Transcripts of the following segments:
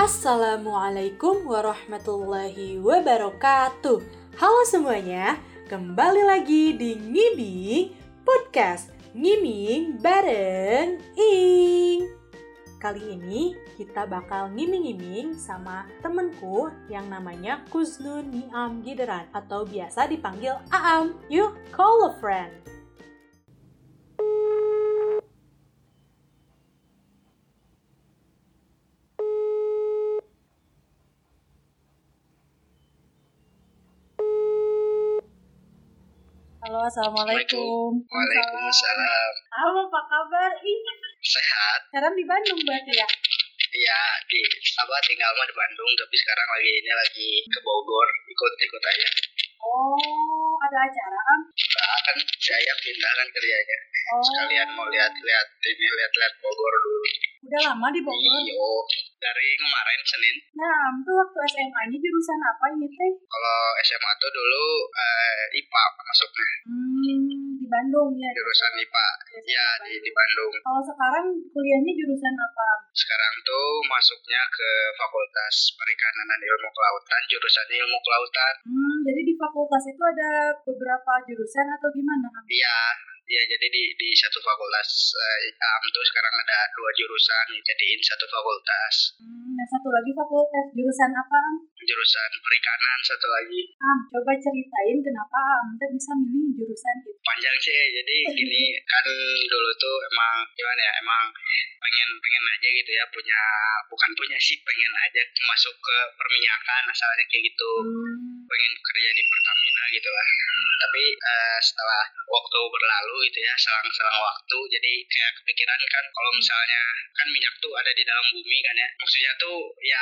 Assalamualaikum warahmatullahi wabarakatuh. Halo semuanya, kembali lagi di Ngiming Podcast Ngiming bareng Ing. Kali ini kita bakal ngiming-ngiming sama temenku yang namanya Kuznun Niam Gideran atau biasa dipanggil Aam. Yuk, call a friend. Halo, assalamualaikum. Waalaikumsalam. Halo, apa kabar? Sehat. Sekarang di Bandung berarti ya? Iya, tinggal mah di Bandung, tapi sekarang lagi ke Bogor, ikut aja. Oh, ada acara Am? Nah, kan saya pindah kan kerjanya. Sekalian mau lihat Bogor dulu. Udah lama di Bogor? Iya, dari kemarin Senin. Nah, Am tuh waktu SMA-nya jurusan apa ini teh? Kalau SMA tuh dulu IPA masuknya. Di Bandung ya? Jurusan IPA, ya di Bandung. Kalau sekarang kuliahnya jurusan apa? Sekarang tuh masuknya ke Fakultas Perikanan dan Ilmu Kelautan, jurusannya Ilmu Kelautan. Jadi di fakultas itu ada beberapa jurusan atau gimana? Iya, jadi di satu fakultas IAM tuh sekarang ada 2 jurusan dijadiin satu fakultas. Nah, satu lagi fakultas jurusan apa Am? Jurusan perikanan satu lagi. Am, coba ceritain kenapa Am teh bisa milih jurusan itu. Panjang sih, jadi gini kan dulu tuh emang gimana ya, emang pengen aja gitu ya pengen aja masuk ke perminyakan asalnya kayak gitu. Pengen kerja di Pertamina gitu lah. Tapi setelah waktu berlalu gitu ya, selang waktu jadi kayak kepikiran kan kalau misalnya kan minyak tuh ada di dalam bumi kan ya. Maksudnya tuh ya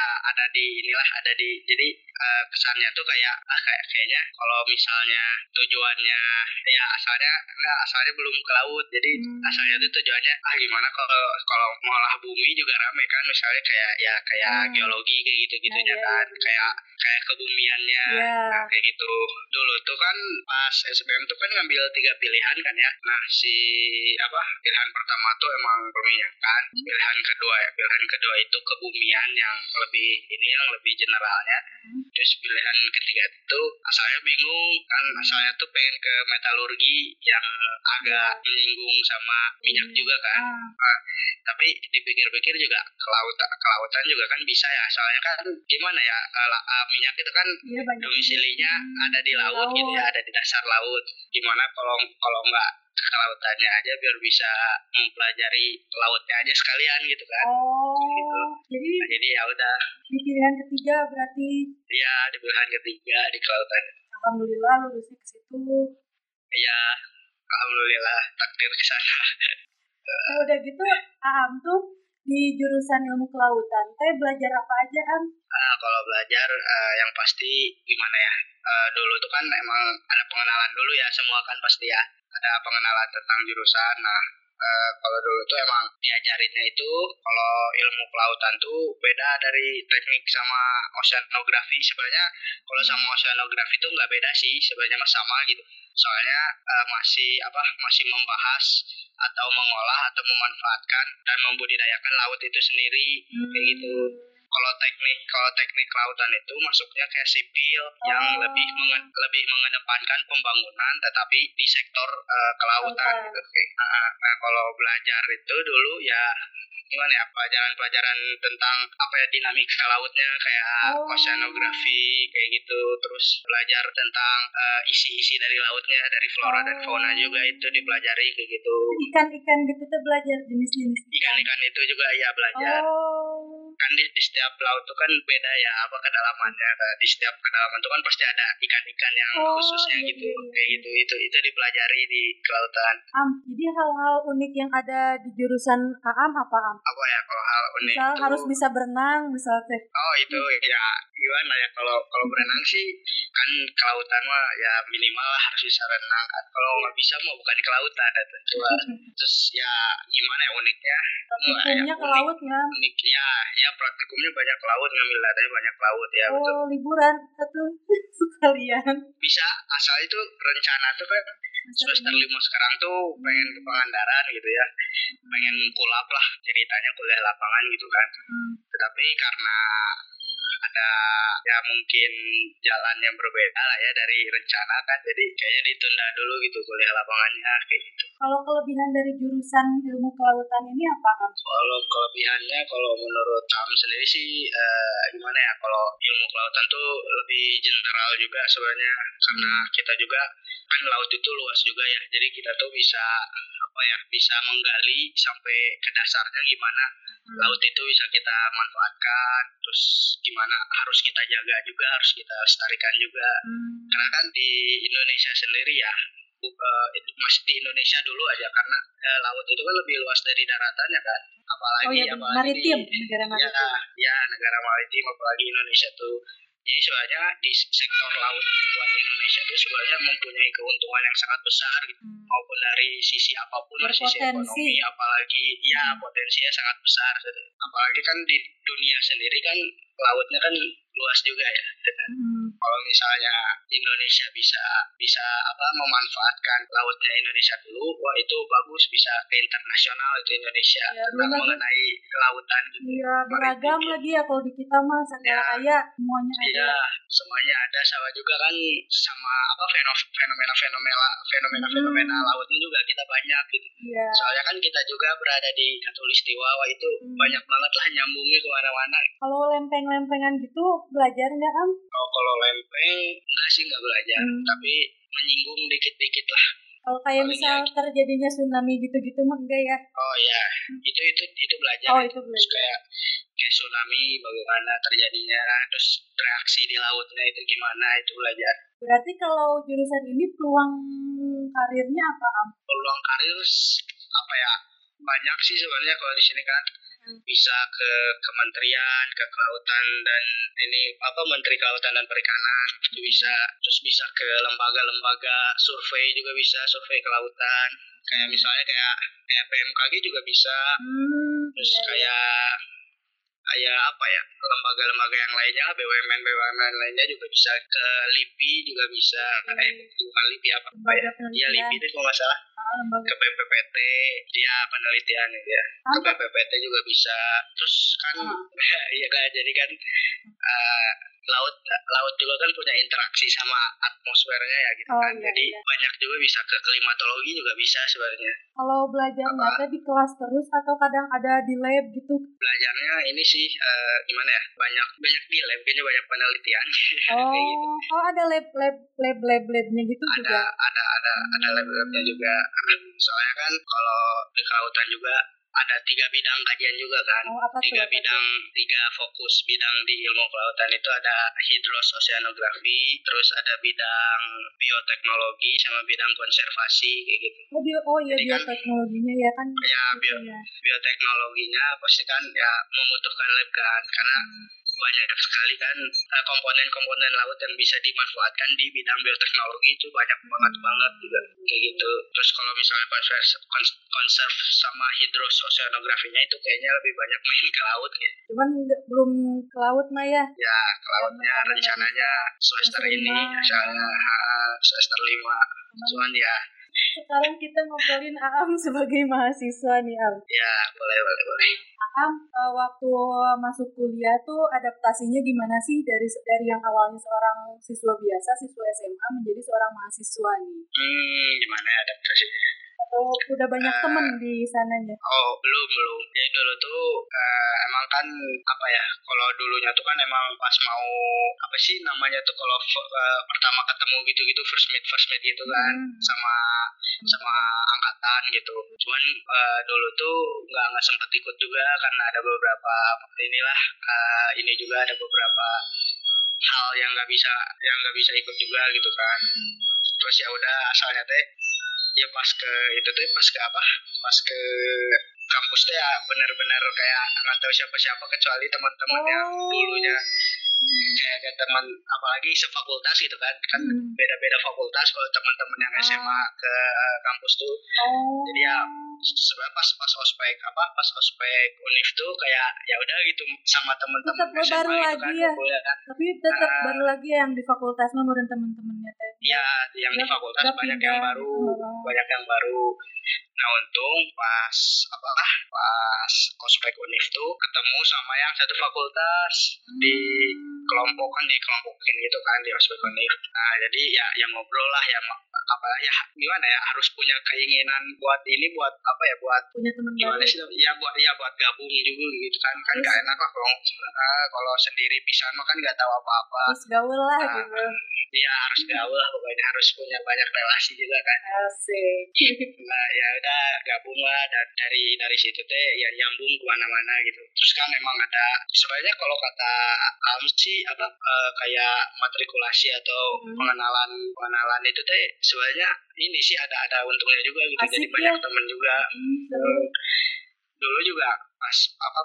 jadi kesannya tuh kayaknya kalau misalnya tujuannya ya asalnya belum ke laut. Jadi asalnya tuh tujuannya gimana kalau ngolah bumi juga rame kan, misalnya kayak geologi kayak gitu-gitunya kan. Kayak kebumiannya. Nah, kayak gitu. Dulu tuh kan pas SBM tuh kan ngambil 3 pilihan kan ya. Nah, pilihan pertama tuh emang perminyakan. Pilihan kedua itu kebumian yang lebih generalnya. Terus pilihan ketiga tuh asalnya bingung kan, asalnya tuh pengen ke metalurgi yang agak menyinggung sama minyak juga kan. Nah, tapi dipikir-pikir juga kelautan juga kan bisa ya, soalnya kan gimana ya, minyak itu kan domisilinya ada di laut gitu ya, ada di dasar laut. Gimana kalau nggak ke kelautannya aja biar bisa mempelajari lautnya aja sekalian gitu kan. Gitu. Jadi ya udah. Di pilihan ketiga berarti? Iya, di pilihan ketiga di kelautan. Alhamdulillah lulusnya ke situ. Iya, alhamdulillah takdir ke sana. Nah, udah gitu Am tuh di jurusan ilmu kelautan belajar apa aja Am? Kalau belajar yang pasti gimana ya, dulu tuh kan emang ada pengenalan dulu ya, semua kan pasti ya ada pengenalan tentang jurusan. Nah, kalau dulu tuh emang diajarinnya itu kalau ilmu kelautan tuh beda dari teknik sama oceanografi. Sebenarnya kalau sama oceanografi tuh nggak beda sih, sebenarnya sama gitu. Soalnya masih membahas atau mengolah atau memanfaatkan dan membudidayakan laut itu sendiri kayak gitu. Kalau teknik kelautan itu masuknya kayak sipil yang lebih mengedepankan pembangunan tetapi di sektor kelautan gitu. Nah, kalau belajar itu dulu ya gimana ya, pelajaran tentang dinamika lautnya kayak oceanografi kayak gitu. Terus belajar tentang isi dari lautnya, dari flora dan fauna juga itu dipelajari kayak gitu. Ikan-ikan gitu tuh belajar jenis-jenis ikan itu juga ya belajar. Kan di setiap laut tuh kan beda ya kedalamannya. Di setiap kedalaman tuh kan pasti ada ikan-ikan yang khususnya gitu. Kayak gitu itu dipelajari di kelautan. Jadi hal-hal unik yang ada di jurusan Aam apa Am? Apa ya kalau hal unik misal tuh, harus bisa berenang misal teh. Itu ya gimana ya, kalau berenang sih kan kelautan mah ya minimal lah harus bisa renang kan. Kalau nggak bisa mah bukan di kelautan atau terus ya gimana ya uniknya. Praktikumnya ke laut ya. Uniknya ya praktikumnya banyak ke laut, ngambil datanya banyak ke laut ya. Betul. Liburan satu sekalian. Bisa asal itu rencana tuh kan semester 5 sekarang tuh pengen ke Pangandaran gitu ya, pengen kulap lah ceritanya kuliah lapangan gitu kan. Tetapi karena ada ya mungkin jalan yang berbeda lah ya dari rencana kan, jadi kayaknya ditunda dulu gitu kuliah lapangannya kayak gitu. Kalau kelebihan dari jurusan ilmu kelautan ini apa, Am? Kalau kelebihannya, kalau menurut kamu sendiri sih gimana ya? Kalau ilmu kelautan tuh lebih general juga sebenarnya, karena kita juga kan laut itu luas juga ya. Jadi kita tuh bisa apa ya? Bisa menggali sampai ke dasarnya gimana laut itu bisa kita manfaatkan. Terus gimana harus kita jaga juga, harus kita lestarikan juga. Karena kan di Indonesia sendiri ya, masih di Indonesia dulu aja, karena laut itu kan lebih luas dari daratannya kan, apalagi maritim, negara maritim. Ya negara maritim, apalagi Indonesia tuh. Jadi sebenarnya di sektor laut buat Indonesia itu sebenarnya mempunyai keuntungan yang sangat besar gitu. Maupun dari sisi apapun, sisi ekonomi, apalagi ya potensinya sangat besar gitu. Apalagi kan di dunia sendiri kan lautnya kan luas juga ya. Kalau misalnya Indonesia bisa memanfaatkan lautnya Indonesia dulu, wah itu bagus, bisa ke internasional itu Indonesia ya, tentang mengenai kelautan gitu. Iya, beragam lagi ya kalau di kita mah negara kaya semuanya ada. Iya, semuanya ada, sama juga kan sama fenomena lautnya juga kita banyak gitu. Iya. Soalnya kan kita juga berada di Katulistiwa, wah itu banyak banget lah nyambungnya kemana-mana. Kalau lempeng-lempengan gitu belajar nggak, Am? Oh, kalau lempeng enggak sih, nggak belajar, tapi menyinggung dikit-dikit lah. Kalau kayak misal terjadinya tsunami gitu-gitu mah enggak ya? Oh ya, itu belajar. Oh, itu belajar. Kayak tsunami bagaimana terjadinya, terus reaksi di lautnya itu gimana, itu belajar. Berarti kalau jurusan ini peluang karirnya apa, Am? Peluang karir apa ya? Banyak sih sebenarnya kalau di sini kan. Bisa ke kementerian, ke kelautan dan Menteri Kelautan dan Perikanan itu bisa. Terus bisa ke lembaga-lembaga survei juga bisa, survei kelautan. Kayak misalnya kayak PMKG juga bisa. Terus kayak lembaga-lembaga yang lainnya, BUMN lainnya juga bisa, ke LIPI juga bisa. Bukan LIPI ya LIPI itu kalau nggak salah. Ke BPPT dia penelitian ya. Ke BPPT juga bisa. Terus kan iya kan, jadi kan laut juga kan punya interaksi sama atmosfernya ya gitu kan. Jadi banyak juga bisa, ke klimatologi juga bisa sebenarnya. Kalau belajarnya di kelas terus atau kadang ada di lab gitu? Belajarnya ini sih gimana ya, banyak di lab, kayaknya banyak penelitian. Oh, ada lab-labnya gitu juga? Ada lab-labnya juga. Soalnya kan kalau di kelautan juga ada 3 bidang kajian juga kan. Tiga fokus bidang di ilmu kelautan itu ada hidrosoceanografi, terus ada bidang bioteknologi sama bidang konservasi kayak gitu. Bioteknologinya ya kan. Ya, bioteknologinya pasti kan ya membutuhkan lab kan, karena banyak sekali kan komponen-komponen laut yang bisa dimanfaatkan di bidang bioteknologi, itu banyak banget juga kayak gitu. Terus kalau misalnya konserv sama hidrosoceanografinya itu kayaknya lebih banyak main ke laut ya. Cuman belum ke laut mah ya? Ya, ke lautnya rencananya semester ini, asalnya semester 5. Cuman ya. Sekarang kita ngobrolin Aam sebagai mahasiswa nih, Am. Ya, boleh. Aam, waktu masuk kuliah tuh adaptasinya gimana sih dari yang awalnya seorang siswa biasa, siswa SMA menjadi seorang mahasiswa nih? Gimana adaptasinya? Atau udah banyak temen di sananya? Oh, belum. Jadi dulu tuh emang kan kalau dulunya tuh kan emang pas mau namanya tuh, kalau pertama ketemu gitu first meet gitu kan, sama angkatan gitu. Cuman dulu tuh nggak sempet ikut juga karena ada beberapa ini juga ada beberapa hal yang nggak bisa ikut juga gitu kan. Terus ya udah, asalnya teh ya pas ke kampus teh ya benar-benar kayak nggak tahu siapa-siapa kecuali teman-teman yang dulunya kayak teman apalagi sefakultas gitu kan beda-beda fakultas kalau teman-teman yang SMA ke kampus tuh. Jadi ya pas ospek univ tuh kayak ya udah gitu sama teman-teman SMA gitu kan ya. Tapi tetap baru lagi yang di fakultas mah meureun teman-temannya teh. Ya, yang di fakultas banyak yang baru. Nah, untung pas ospek univ tuh ketemu sama yang satu fakultas dikelompokin gitu kan di ospek univ. Nah, jadi ya ngobrol lah ya gimana ya harus punya keinginan buat punya teman gimana sih buat gabung juga gitu kan gak enak lah kalau sendiri bisa mah kan nggak tahu apa-apa. Harus gaul lah gitu. Iya harus gaul lah pokoknya harus punya banyak relasi juga kan. Asik. Nah ya udah gabung lah dan dari situ teh ya nyambung kemana-mana gitu. Terus kan emang ada sebenarnya kalau kata sih kayak matrikulasi atau pengenalan itu teh sebenarnya ini sih ada untungnya juga gitu. Asik, jadi banyak teman juga. Dulu juga pas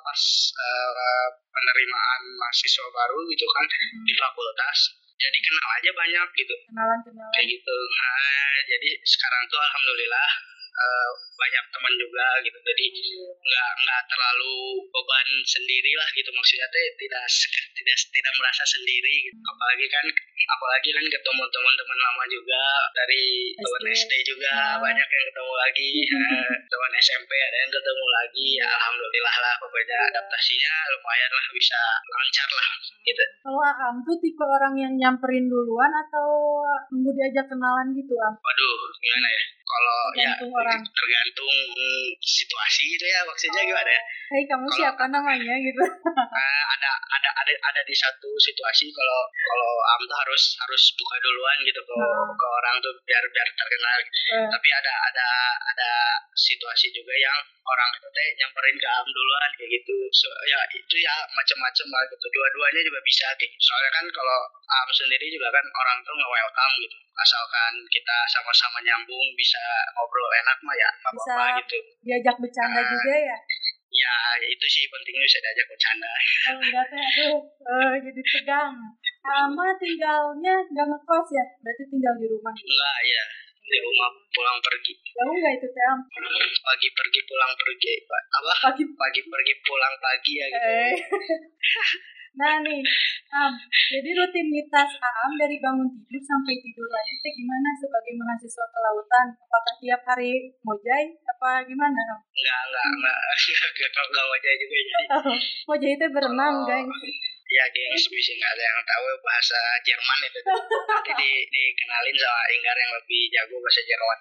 penerimaan mahasiswa baru gitu kan di fakultas jadi kenal aja banyak gitu kenalan kayak gitu. Nah, jadi sekarang tuh alhamdulillah banyak teman juga gitu jadi nggak terlalu beban sendiri lah gitu maksudnya teh tidak merasa sendiri gitu. apalagi kan ketemu teman-teman lama juga dari teman SD juga banyak yang ketemu lagi teman SMP ada yang ketemu lagi ya, alhamdulillah lah pokoknya adaptasinya lumayan lah bisa lancar lah gitu. Kalau Am tuh tipe orang yang nyamperin duluan atau nunggu diajak kenalan gitu Am? Waduh gimana ya kalau tergantung situasi gitu ya maksudnya gimana ya. Hei kamu siapa namanya gitu. Ada di satu situasi kalau Am tuh harus buka duluan gitu ke orang tuh biar terkenal. Tapi ada situasi juga yang orang itu teh nyamperin ke Am duluan kayak gitu. So, ya itu ya macam-macam lah gitu. Dua-duanya juga bisa gitu. Soalnya kan kalau Am sendiri juga kan orang tuh nge-welcome gitu. Asalkan kita sama-sama nyambung bisa ngobrol enak mah ya nggak apa-apa gitu. Diajak bercanda juga ya. Ya itu sih pentingnya bisa diajak bercanda. Oh enggak teh jadi tegang. Ama tinggalnya nggak ngekos ya? Berarti tinggal di rumah? Enggak ya di rumah pulang pergi. Jauh nggak itu teh Am? Pagi pergi pulang pergi pagi pergi pulang pagi ya gitu. Nah nih jadi rutinitas Am dari bangun tidur sampai tidur lagi teh gimana sebagai mahasiswa kelautan? Apakah tiap hari mojai apa gimana Am? Enggak mojai juga jadi. Mojai itu berenang guys. Ya gengs bisa nggak ada yang tahu bahasa Jerman itu nanti dikenalin sama Inggar yang lebih jago bahasa Jerman.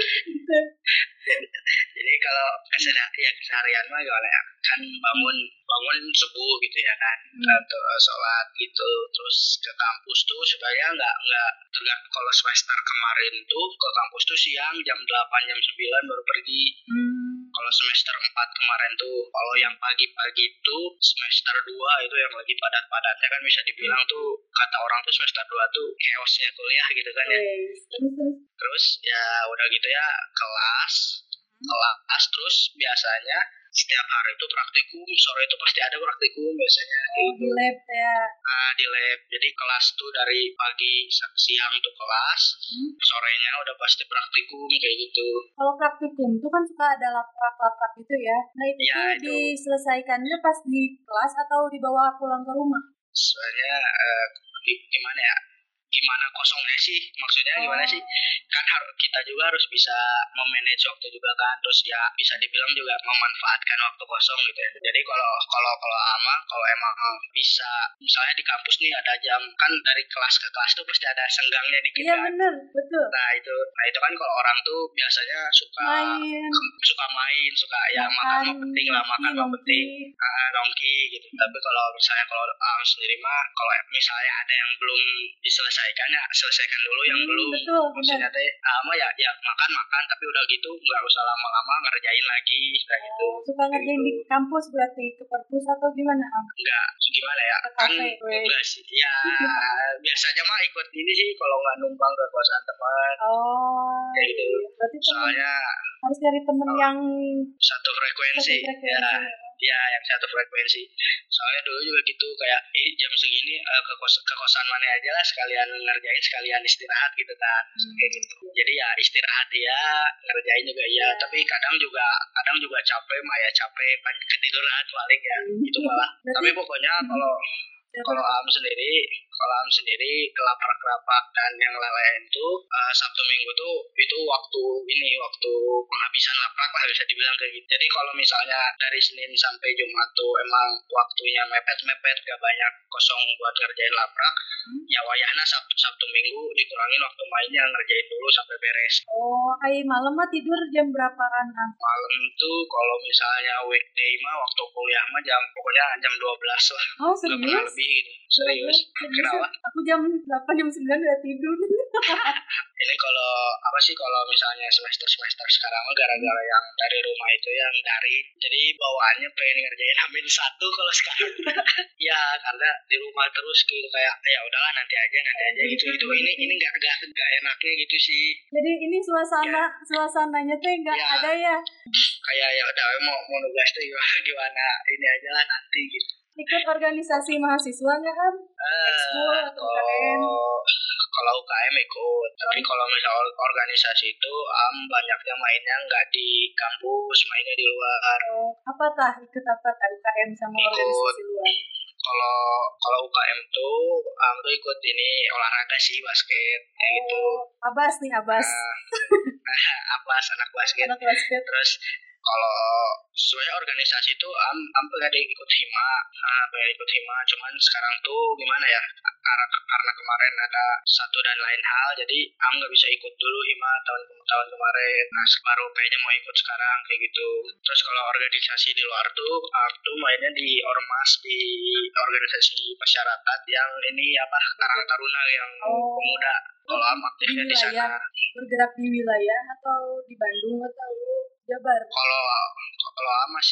Jadi kalau keseharian mah gimana ya kan bangun subuh gitu ya kan atau sholat gitu terus ke kampus tuh sebenarnya nggak kalau semester kemarin tuh ke kampus tuh siang jam 8 jam 9 baru pergi. Kalau semester 4 kemarin tuh kalau yang pagi-pagi tuh semester 2 itu yang lagi padat-padatnya kan bisa dibilang tuh kata orang tuh semester 2 tuh chaosnya kuliah gitu kan ya. Terus ya udah gitu ya kelas terus biasanya setiap hari itu praktikum sore itu pasti ada praktikum biasanya gitu. Di lab ya. Di lab jadi kelas tuh dari pagi siang tuh kelas sorenya udah pasti praktikum kayak gitu. Kalau praktikum tuh kan suka ada laprak gitu ya. Nah itu ya, tuh diselesaikannya pas di kelas atau dibawa pulang ke rumah? Soalnya gimana kosongnya sih maksudnya gimana sih kan kita juga harus bisa memanage waktu juga kan terus ya bisa dibilang juga memanfaatkan waktu kosong gitu ya. Jadi kalau emang bisa misalnya di kampus nih ada jam kan dari kelas ke kelas tuh pasti ada senggangnya dikit kan. Iya benar betul. Nah itu kan kalau orang tuh biasanya suka main suka ya makan mah penting lah makan mah penting nongki gitu. Tapi kalau misalnya kalau sendiri mah kalau misalnya ada yang belum selesaikan dulu yang belum betul, maksudnya teh ya makan tapi udah gitu nggak usah lama-lama ngerjain lagi kayak gitu. Suka ngerjain di kampus berarti ke perpus atau gimana Am? Enggak gimana ya kan enggak sih ya biasanya mah ikut ini sih kalau nggak numpang ke kosan teman kayak gitu. Berarti soalnya harus cari temen yang satu frekuensi. Ya Ya, yang satu frekuensi. Soalnya dulu juga gitu kayak jam segini ke kosan mana aja lah sekalian ngerjain sekalian istirahat gitu kan. Kayak gitu. Jadi ya istirahat ya, ngerjain juga ya, tapi kadang juga capek mah ya capek ketiduran balik ya. Itu malah. Tapi pokoknya kalau am sendiri kelapak dan yang lain-lain tuh Sabtu Minggu tuh itu waktu penghabisan laprak lah bisa dibilang kayak gitu. Jadi kalau misalnya dari Senin sampai Jumat tuh emang waktunya mepet-mepet gak banyak kosong buat ngerjain laprak, ya wayahna Sabtu Minggu dikurangin waktu mainnya ngerjain dulu sampai beres. Malam mah tidur jam berapaan, Am? Malam tuh kalau misalnya weekday mah waktu kuliah mah pokoknya jam 12 lah. Oh, Gak pernah serius? lebih gitu. Serius. Kenapa? Aku jam 8, jam 9 udah tidur. Ini kalau misalnya semester sekarang mah gara-gara yang dari rumah itu yang dari, jadi bawaannya pengen ngerjain Amin satu kalau sekarang. Ya karena di rumah terus gitu kayak ya udahlah nanti aja gitu. Ini nggak enaknya gitu sih. Jadi ini suasananya tuh nggak Ya. ada ya. Kayak ya udah mau nugas tuh gimana ini aja lah nanti gitu. Ikut organisasi mahasiswa nggak, Am? Ekskul atau UKM? Kalau UKM ikut, tapi kalau misalnya organisasi itu banyaknya mainnya nggak di kampus, mainnya di luar. Apa ikut apa UKM sama Ikut. organisasi luar? Kalau UKM tuh ikut ini olahraga sih, basket kayak gitu. Abas. Abas anak basket. Anak basket. Terus kalau sebenarnya organisasi itu pengen ikut hima, cuman sekarang tuh gimana ya, karena kemarin ada satu dan lain hal, jadi nggak bisa ikut dulu hima tahun kemarin. Nah baru kayaknya mau ikut sekarang kayak gitu. Terus kalau organisasi di luar tuh mainnya di ormas, di organisasi masyarakat yang ini Karang Taruna yang pemuda. Kalau aktifnya di sana. Bergerak di wilayah atau di Bandung atau Jabar? Kalau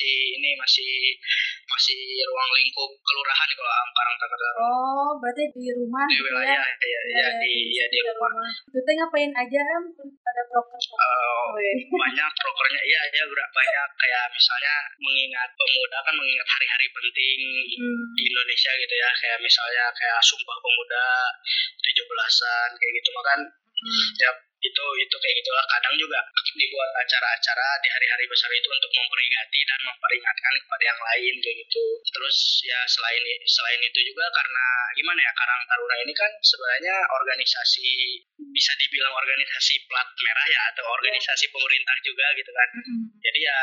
masih ruang lingkup kelurahan kalau Karang Taruna. Berarti di rumah di wilayah ya di rumah. Itu teh ngapain aja, Am? Ada proker? Banyak prokernya, iya banyak kayak misalnya mengingat pemuda kan, mengingat hari-hari penting di Indonesia gitu ya, kayak misalnya kayak Sumpah Pemuda 17-an kayak gitu makan. Ya itu kayak gitulah. Kadang juga dibuat acara-acara di hari-hari besar itu untuk memperingati dan memperingatkan kepada yang lain kayak gitu. Terus ya selain itu juga karena gimana ya, Karang Taruna ini kan sebenarnya organisasi, bisa dibilang organisasi plat merah ya, atau organisasi pemerintah juga gitu kan. Jadi ya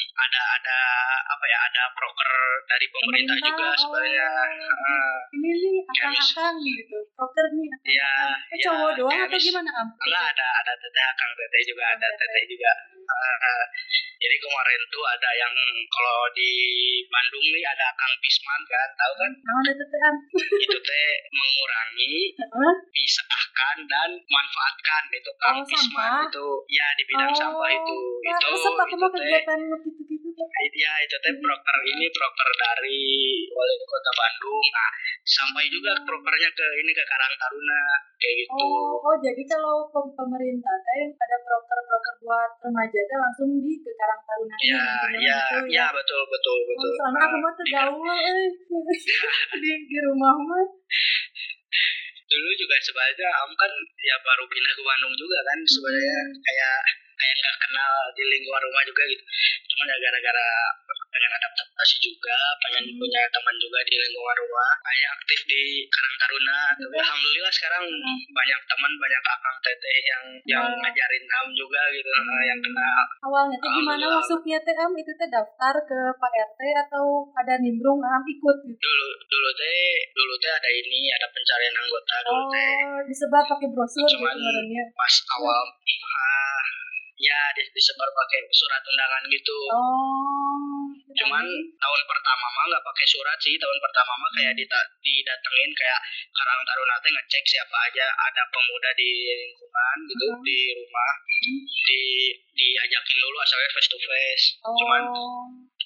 ada proker dari pemerintah juga sebenarnya. Ini nih akang-akang gitu. Proker nih. Cowok doang atau gimana, Am? Enggak, ada teteh, akang teteh juga ada teteh juga. Jadi kemarin tuh ada yang kalau di Bandung nih ada Kang Pisman kan, tahu kan? Ada teteh, Am. Itu teh mengurangi, pisahkan dan manfaatkan itu Kang Pisman itu ya di bidang sampah itu. Resep aku mau kegiatan gitu-gitu. Ya itu teh proker dari Wali Kota Bandung. Nah, sampai juga prokernya ke Karang Taruna kayak gitu. Jadi kalau pemerintah ada proker buat remaja langsung ke Karang Taruna. Iya, betul. Soalnya aku mah tergaul di rumah mah. Dulu juga sebenarnya kan ya baru pindah ke Bandung juga kan, sebenarnya kayak nggak kenal di lingkungan rumah juga gitu. Cuman ya gara-gara pengen adaptasi juga, pengen punya teman juga di lingkungan rumah, kayak aktif di Karang Taruna. Tapi alhamdulillah sekarang banyak teman, banyak akang teteh yang ngajarin Am juga gitu, yang kenal. Awalnya teh gimana masuknya teh, Am? Itu teh daftar ke Pak RT atau ada nimbrung Am ikut gitu? Dulu teh ada pencarian anggota dulu teh. Disebar pakai brosur. Cuman gitu pas awal disebar pakai surat undangan gitu. Cuman tahun pertama mah nggak pakai surat sih. Tahun pertama mah kayak didatengin kayak Karang Taruna teh ngecek siapa aja ada pemuda di lingkungan gitu, di rumah, diajakin dulu asalnya face to face. Cuman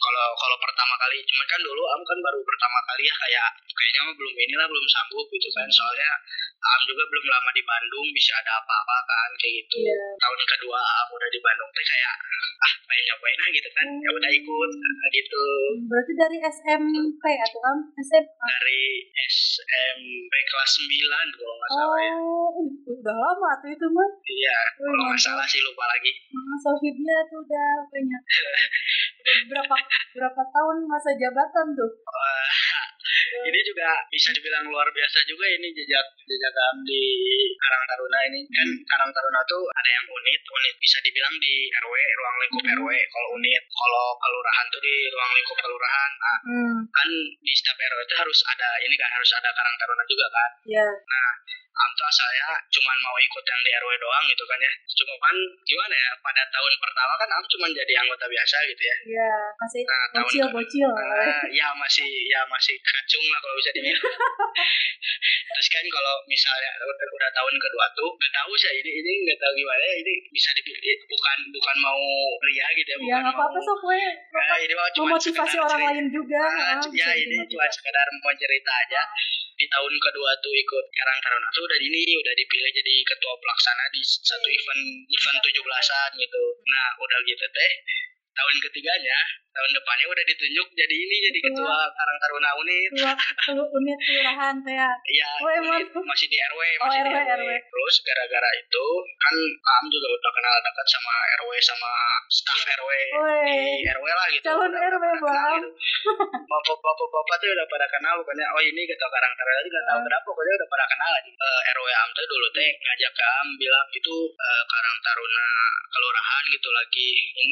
Kalau pertama kali, cuman kan dulu Am kan baru pertama kali ya, kayaknya mah belum sanggup gitu kan, soalnya Am juga belum lama di Bandung, bisa ada apa-apa kan kayak gitu. Tahun kedua Am udah di Bandung tuh kayak pengen nyobain lah gitu kan, ya udah ikut gitu. Berarti dari SMP atau Am SMA? Dari SMP kelas 9 kalau nggak salah ya. Udah lama tuh itu mah. Iya, kalau nggak salah sih, lupa lagi. Sohibnya tuh udah banyak. berapa tahun masa jabatan tuh? Ini juga bisa dibilang luar biasa juga ini jejak di Karang Taruna ini. Kan Karang Taruna tuh ada yang unit bisa dibilang di RW, ruang lingkup RW. Kalau unit, kalau kelurahan tuh di ruang lingkup kelurahan. Nah, kan di setiap RW itu harus ada ini kan, harus ada Karang Taruna juga kan. Iya. Nah, Am tuh asalnya cuman mau ikut yang di RW doang gitu kan ya. Cuma kan gimana ya, pada tahun pertama kan Am cuman jadi anggota biasa gitu ya. Iya, masih bocil. Masih kacung lah kalau bisa dibilang. Terus kan kalau misalnya udah tahun kedua tuh nggak tahu sih, ini nggak tahu gimana ya, ini bisa dipilih bukan mau ria gitu ya. Ya nggak apa-apa sok gue. Ini cuma memotivasi orang lain juga. Ya ini cuma sekedar mau cerita aja. Di tahun kedua tuh ikut Karang Taruna tuh udah dipilih jadi ketua pelaksana di satu event 17-an gitu. Nah udah gitu teh, tahun ketiganya, tahun depannya udah ditunjuk jadi ketua Karang Taruna unit. Unit kelurahan teh ya. Iya, masih di RW, di RW. Terus gara-gara itu kan Am juga udah kenal dekat sama RW sama staf RW di RW lah gitu. Calon RW Bang. Bapak tuh udah pada kenal, bukannya ini ketua Karang Taruna juga tahu kenapa, pokoknya udah pada kenal aja. RW Am tuh dulu teh ngajak ke Am, bilang itu Karang Taruna kelurahan gitu lagi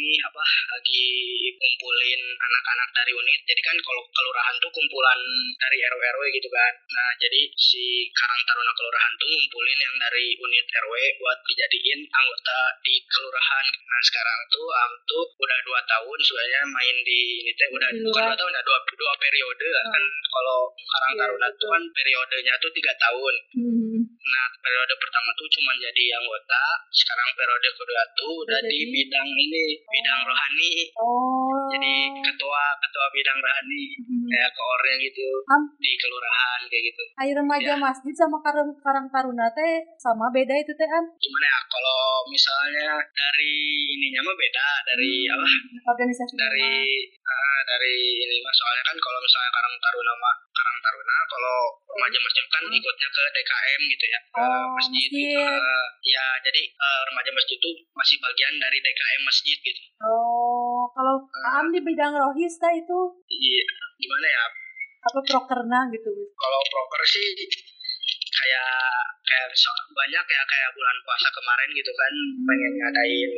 kumpulin anak-anak dari unit. Jadi kan kalau kelurahan tuh kumpulan dari RW gitu kan. Nah jadi si Karang Taruna kelurahan tuh ngumpulin yang dari unit RW buat dijadiin anggota di kelurahan. Nah sekarang tuh Am tuh udah 2 tahun sebenarnya main di ini teh, udah bukan 2 tahun, udah dua periode kan. Kalau Karang Taruna tuh kan periodenya tuh 3 tahun. Nah periode pertama tuh cuma jadi anggota, sekarang periode kedua tuh udah di bidang rohani. Jadi ketua bidang rohani, kayak koornya gitu di kelurahan kayak gitu. Air remaja masjid sama Karang Taruna teh sama beda itu teh Am? Gimana ya, kalau misalnya dari ininya mah beda, dari organisasi dari ini mah, soalnya kan kalau misalnya Karang Taruna kalau remaja masjid kan ikutnya ke DKM gitu ya, ke masjid. Ya jadi remaja masjid itu masih bagian dari DKM masjid gitu. Kalau Am di bidang rohis teh itu? Iya, gimana ya? Apa prokerna gitu? Kalau proker sih kayak banyak ya, kayak bulan puasa kemarin gitu kan, pengen ngadain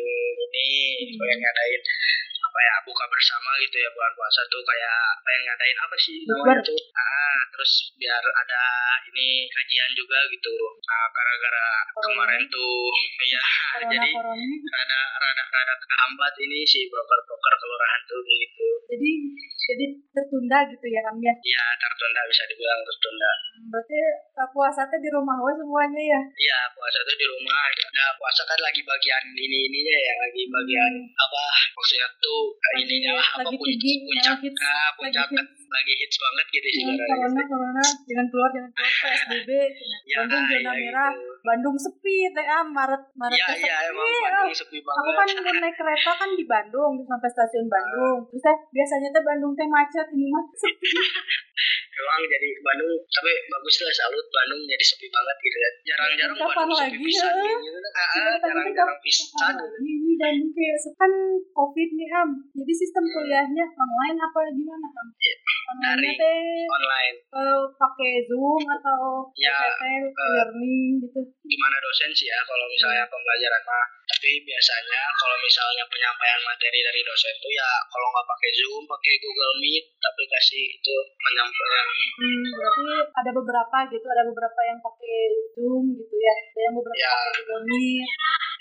buka bersama gitu ya, bulan puasa tuh kayak pengen ngadain apa sih namanya tuh, terus biar ada ini kajian juga gitu. Nah gara-gara kemarin tuh ya jadi rada kehambat ini si broker kelurahan tuh gitu. Jadi tertunda gitu ya Am ya? Iya tertunda, bisa dibilang tertunda. Berarti puasa teh di rumah semuanya ya? Iya puasa tuh di rumah. Nah puasa kan lagi bagian ininya ya, lagi bagian maksudnya tuh ininya lah, puncak lagi hits banget gitu sih. Corona jangan keluar PSBB. Bandung zona merah, Bandung sepi teh Maret sepi. Iya emang Bandung sepi banget. Aku kan naik kereta kan di Bandung sampai stasiun Bandung. Terus biasanya teh Bandung teh macet, ini mah sepi. Emang jadi Bandung, tapi bagus lah, salut Bandung jadi sepi banget gitu ya. Jarang-jarang Bandung sepi pisan gitu. Jarang-jarang pisan. Ini Bandung kayak kan COVID nih Am. Jadi sistem kuliahnya online apa gimana Am? Online. Pakai Zoom atau learning gitu? Gimana dosen sih ya kalau misalnya pembelajaran mah. Tapi biasanya kalau misalnya penyampaian materi dari dosen tuh ya kalau nggak pakai Zoom, pakai Google Meet, aplikasi itu penyampaian. Berarti ada beberapa yang pakai Zoom gitu ya, ada yang beberapa pakai Google Meet.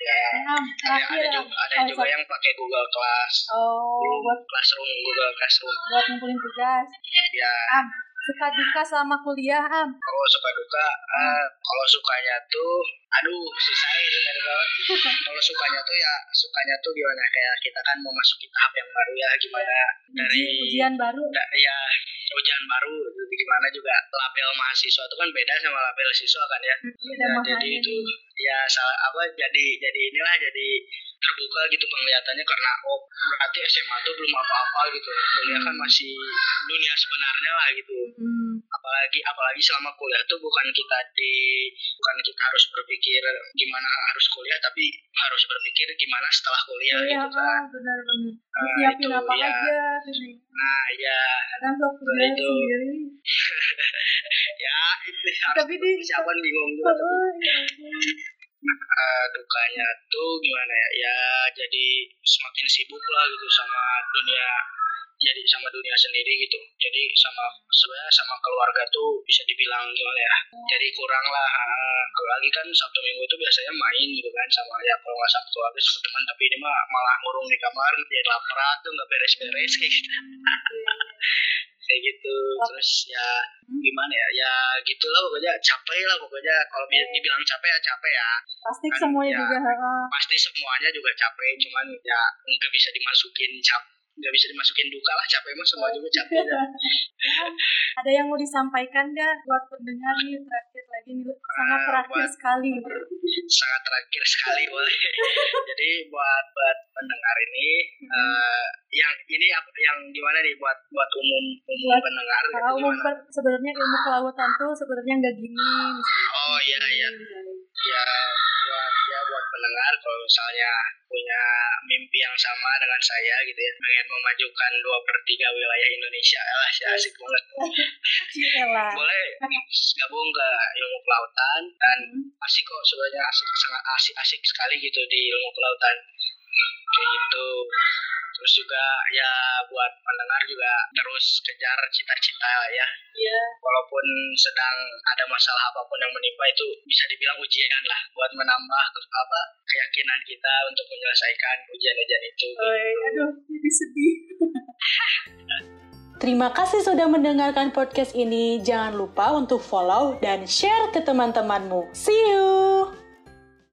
Ada juga yang pakai Google Class. Buat Google Classroom. Buat ngumpulin tugas. Ya. suka duka sama kuliah, Am? Oh, suka duka. Kalau sukanya tuh, aduh, susah ya suka duka. Kalau sukanya tuh gimana? Kayak kita kan memasuki tahap yang baru ya, gimana dari Ujian baru. ya ujian baru, gimana juga label mahasiswa itu kan beda sama label siswa kan ya. Jadi itu ya jadi inilah jadi terbuka gitu penglihatannya karena berarti SMA tuh belum apa-apa gitu, kuliah kan masih dunia sebenarnya lah gitu. Apalagi selama kuliah tuh bukan kita harus berpikir gimana harus kuliah, tapi harus berpikir gimana setelah kuliah gitu kan. Benar-benar. Siapin apa ya. aja. Nah ya. Kadang sok kuliah itu sendiri. ya itu harus siapa bingung juga. Dukanya tuh gimana ya jadi semakin sibuk lah gitu sama dunia sendiri gitu, jadi sebenarnya sama keluarga tuh bisa dibilang gimana ya, jadi kurang lah. Apalagi kan Sabtu Minggu itu biasanya main gitu kan sama ya kalau nggak sama keluarga sama teman, tapi ini mah malah ngurung di kamar jadi lapar tuh nggak beres-beres kayak gitu. Kayak gitu. Terus ya gimana ya gitulah pokoknya, capek lah pokoknya. Kalau dibilang capek ya pasti kan, semuanya ya, juga pasti semuanya juga capek, cuman ya nggak bisa dimasukin duka lah, capek mah semua juga capek ya. Ada yang mau disampaikan nggak buat pendengar nih terakhir lagi nih, sangat terakhir sekali boleh. Jadi buat pendengar ini yang gimana nih buat umum pendengar gitu, sebenarnya ilmu kelautan tuh sebenarnya nggak gini misalnya. Oh iya ya buat pendengar, kalau misalnya punya mimpi yang sama dengan saya gitu ya, pengen memajukan 2/3 wilayah Indonesia lah, asik banget. Boleh gabung ke ilmu kelautan dan asik kok sebenarnya, sangat asik sekali gitu di ilmu kelautan kayak gitu. Terus juga ya buat pendengar juga terus kejar cita-cita ya. Walaupun sedang ada masalah apapun yang menimpa, itu bisa dibilang ujian lah buat menambah keyakinan kita untuk menyelesaikan ujian-ujian itu. Aduh, jadi sedih. Terima kasih sudah mendengarkan podcast ini. Jangan lupa untuk follow dan share ke teman-temanmu. See you!